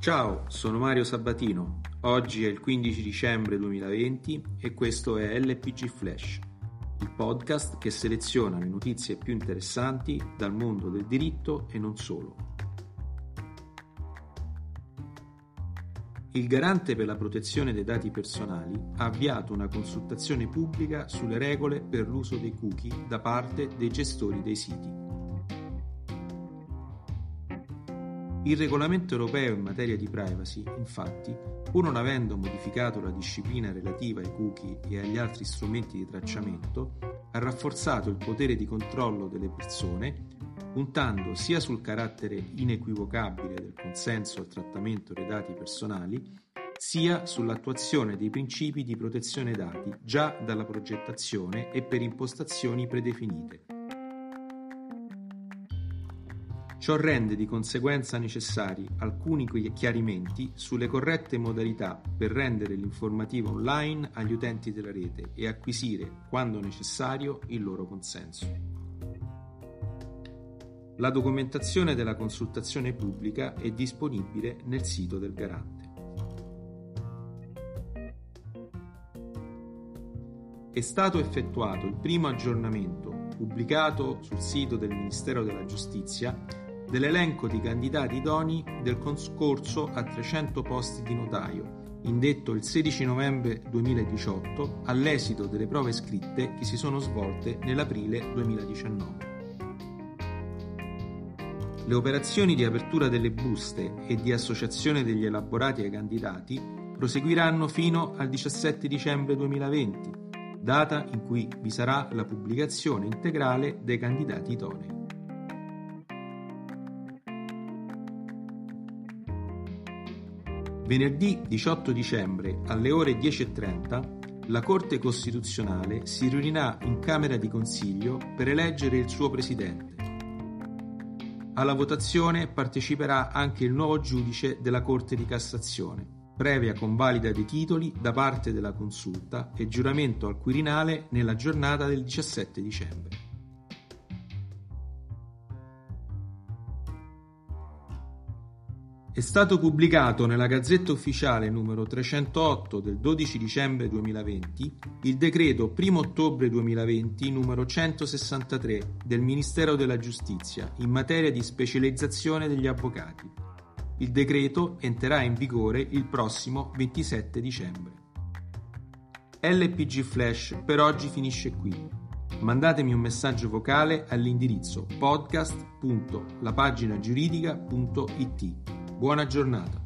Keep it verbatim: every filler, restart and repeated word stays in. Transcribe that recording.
Ciao, sono Mario Sabatino. Oggi è il quindici dicembre duemilaventi e questo è L P G Flash, il podcast che seleziona le notizie più interessanti dal mondo del diritto e non solo. Il Garante per la protezione dei dati personali ha avviato una consultazione pubblica sulle regole per l'uso dei cookie da parte dei gestori dei siti. Il regolamento europeo in materia di privacy, infatti, pur non avendo modificato la disciplina relativa ai cookie e agli altri strumenti di tracciamento, ha rafforzato il potere di controllo delle persone, puntando sia sul carattere inequivocabile del consenso al trattamento dei dati personali, sia sull'attuazione dei principi di protezione dati già dalla progettazione e per impostazioni predefinite. Ciò rende di conseguenza necessari alcuni chiarimenti sulle corrette modalità per rendere l'informativa online agli utenti della rete e acquisire, quando necessario, il loro consenso. La documentazione della consultazione pubblica è disponibile nel sito del Garante. È stato effettuato il primo aggiornamento, pubblicato sul sito del Ministero della Giustizia, dell'elenco di candidati idonei del concorso a trecento posti di notaio, indetto il sedici novembre duemiladiciotto all'esito delle prove scritte che si sono svolte nell'aprile duemiladiciannove. Le operazioni di apertura delle buste e di associazione degli elaborati ai candidati proseguiranno fino al diciassette dicembre duemilaventi, data in cui vi sarà la pubblicazione integrale dei candidati idonei. Venerdì diciotto dicembre alle ore dieci e trenta la Corte Costituzionale si riunirà in Camera di Consiglio per eleggere il suo Presidente. Alla votazione parteciperà anche il nuovo giudice della Corte di Cassazione, previa convalida dei titoli da parte della Consulta e giuramento al Quirinale nella giornata del diciassette dicembre. È stato pubblicato nella Gazzetta Ufficiale numero trecentootto del dodici dicembre duemilaventi il decreto primo ottobre duemilaventi numero centosessantatré del Ministero della Giustizia in materia di specializzazione degli avvocati. Il decreto entrerà in vigore il prossimo ventisette dicembre. L P G Flash per oggi finisce qui. Mandatemi un messaggio vocale all'indirizzo podcast punto lapaginagiuridica punto it. Buona giornata.